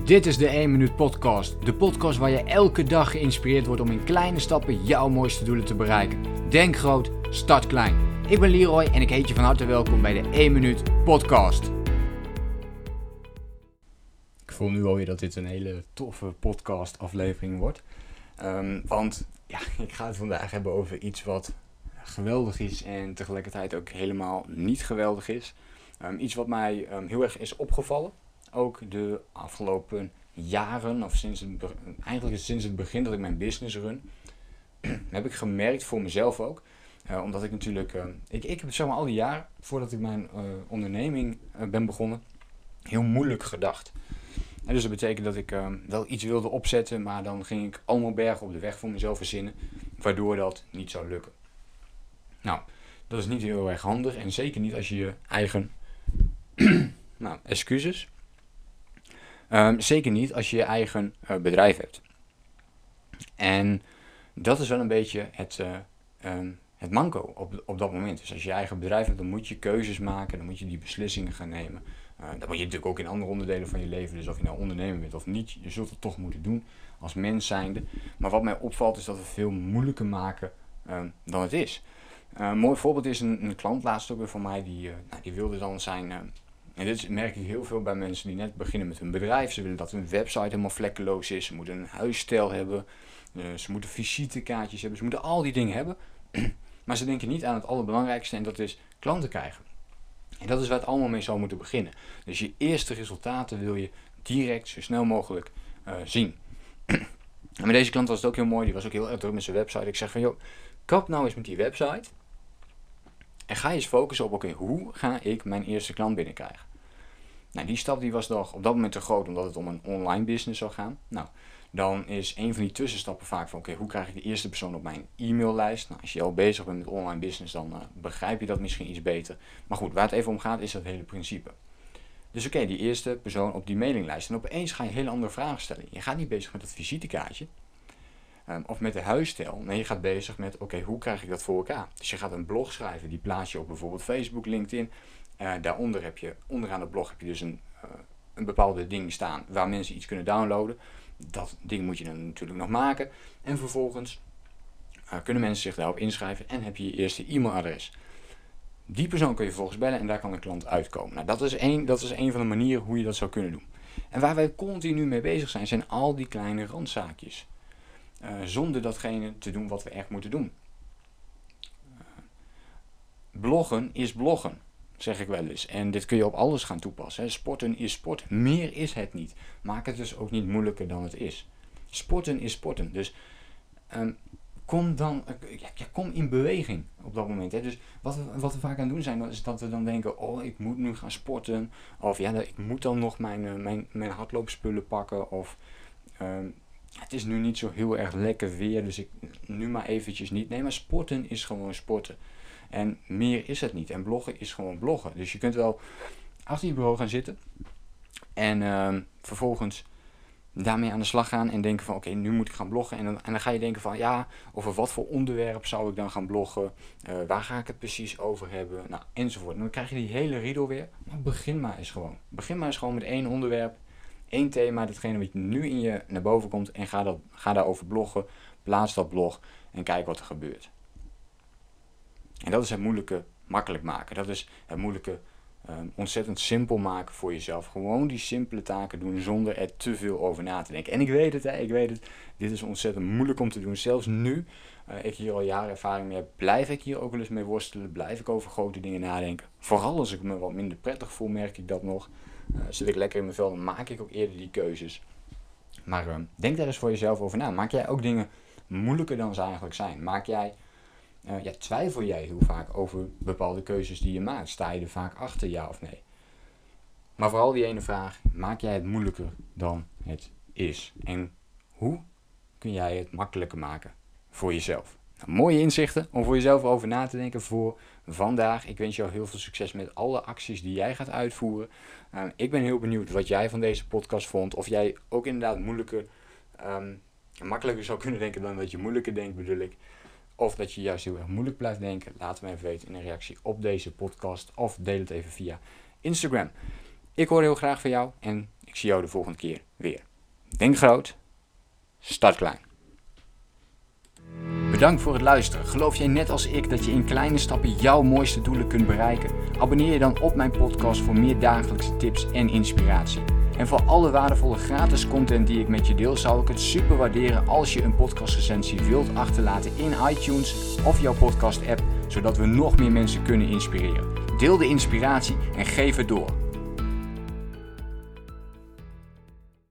Dit is de 1 Minuut Podcast. De podcast waar je elke dag geïnspireerd wordt om in kleine stappen jouw mooiste doelen te bereiken. Denk groot, start klein. Ik ben Leroy en ik heet je van harte welkom bij de 1 Minuut Podcast. Ik voel nu alweer dat dit een hele toffe podcast aflevering wordt. Want ik ga het vandaag hebben over iets wat geweldig is en tegelijkertijd ook helemaal niet geweldig is. Iets wat mij heel erg is opgevallen. Ook de afgelopen jaren, of eigenlijk sinds het begin dat ik mijn business run, heb ik gemerkt voor mezelf ook. Omdat ik natuurlijk, ik heb zeg maar al die jaren voordat ik mijn onderneming ben begonnen, heel moeilijk gedacht. En dus dat betekent dat ik wel iets wilde opzetten, maar dan ging ik allemaal bergen op de weg voor mezelf verzinnen, waardoor dat niet zou lukken. Nou, dat is niet heel erg handig en zeker niet als je je eigen, excuses. Zeker niet als je je eigen bedrijf hebt. En dat is wel een beetje het manco op dat moment. Dus als je je eigen bedrijf hebt, dan moet je keuzes maken, dan moet je die beslissingen gaan nemen. Dat moet je natuurlijk ook in andere onderdelen van je leven, dus of je nou ondernemer bent of niet, je zult het toch moeten doen als mens zijnde. Maar wat mij opvalt is dat we veel moeilijker maken dan het is. Een mooi voorbeeld is een klant laatst ook weer van mij, die wilde dan zijn... En dit merk ik heel veel bij mensen die net beginnen met hun bedrijf. Ze willen dat hun website helemaal vlekkeloos is. Ze moeten een huisstijl hebben. Ze moeten visitekaartjes hebben. Ze moeten al die dingen hebben. Maar ze denken niet aan het allerbelangrijkste en dat is klanten krijgen. En dat is waar het allemaal mee zou moeten beginnen. Dus je eerste resultaten wil je direct zo snel mogelijk zien. En met deze klant was het ook heel mooi. Die was ook heel erg druk met zijn website. Ik zeg van joh, kap nou eens met die website. En ga je eens focussen op hoe ga ik mijn eerste klant binnenkrijgen. Nou, die stap die was nog op dat moment te groot omdat het om een online business zou gaan. Nou, dan is een van die tussenstappen vaak van hoe krijg ik de eerste persoon op mijn e-maillijst. Nou, als je al bezig bent met online business dan begrijp je dat misschien iets beter. Maar goed, waar het even om gaat is dat hele principe. Dus die eerste persoon op die mailinglijst. En opeens ga je hele andere vragen stellen. Je gaat niet bezig met het visitekaartje. Of met de huisstijl. Nee, je gaat bezig met hoe krijg ik dat voor elkaar. Dus je gaat een blog schrijven. Die plaats je op bijvoorbeeld Facebook, LinkedIn. Onderaan het blog heb je dus een bepaalde ding staan waar mensen iets kunnen downloaden. Dat ding moet je dan natuurlijk nog maken. En vervolgens kunnen mensen zich daarop inschrijven en heb je je eerste e-mailadres. Die persoon kun je vervolgens bellen en daar kan een klant uitkomen. Nou, dat is één van de manieren hoe je dat zou kunnen doen. En waar wij continu mee bezig zijn al die kleine randzaakjes. Zonder datgene te doen wat we echt moeten doen. Bloggen is bloggen, zeg ik wel eens. En dit kun je op alles gaan toepassen. Hè. Sporten is sport. Meer is het niet. Maak het dus ook niet moeilijker dan het is. Sporten is sporten. Dus kom in beweging op dat moment. Hè. Dus wat we vaak aan het doen zijn, is dat we dan denken, ik moet nu gaan sporten. Of ik moet dan nog mijn hardloopspullen pakken. Of... het is nu niet zo heel erg lekker weer, dus ik nu maar eventjes niet. Nee, maar sporten is gewoon sporten. En meer is het niet. En bloggen is gewoon bloggen. Dus je kunt wel achter je bureau gaan zitten. En vervolgens daarmee aan de slag gaan. En denken van nu moet ik gaan bloggen. En dan ga je denken van over wat voor onderwerp zou ik dan gaan bloggen. Waar ga ik het precies over hebben. Nou, enzovoort. En dan krijg je die hele riedel weer. Maar begin maar eens gewoon. Begin maar eens gewoon met één onderwerp. Eén thema, datgene wat nu in je naar boven komt en ga daarover bloggen, plaats dat blog en kijk wat er gebeurt. En dat is het moeilijke makkelijk maken. Dat is het moeilijke ontzettend simpel maken voor jezelf. Gewoon die simpele taken doen zonder er te veel over na te denken. En ik weet het, dit is ontzettend moeilijk om te doen. Zelfs nu, ik hier al jaren ervaring mee heb, blijf ik hier ook wel eens mee worstelen, blijf ik over grote dingen nadenken. Vooral als ik me wat minder prettig voel, merk ik dat nog. Zit ik lekker in mijn vel, dan maak ik ook eerder die keuzes. Maar denk daar eens voor jezelf over na. Maak jij ook dingen moeilijker dan ze eigenlijk zijn? Twijfel jij heel vaak over bepaalde keuzes die je maakt? Sta je er vaak achter, ja of nee? Maar vooral die ene vraag, maak jij het moeilijker dan het is? En hoe kun jij het makkelijker maken voor jezelf? Nou, mooie inzichten om voor jezelf over na te denken voor vandaag. Ik wens jou heel veel succes met alle acties die jij gaat uitvoeren. Ik ben heel benieuwd wat jij van deze podcast vond. Of jij ook inderdaad makkelijker zou kunnen denken dan dat je moeilijker denkt, bedoel ik. Of dat je juist heel erg moeilijk blijft denken. Laat me even weten in een reactie op deze podcast. Of deel het even via Instagram. Ik hoor heel graag van jou en ik zie jou de volgende keer weer. Denk groot, start klein. Bedankt voor het luisteren. Geloof jij net als ik dat je in kleine stappen jouw mooiste doelen kunt bereiken? Abonneer je dan op mijn podcast voor meer dagelijkse tips en inspiratie. En voor alle waardevolle gratis content die ik met je deel, zou ik het super waarderen als je een podcastrecensie wilt achterlaten in iTunes of jouw podcast app, zodat we nog meer mensen kunnen inspireren. Deel de inspiratie en geef het door.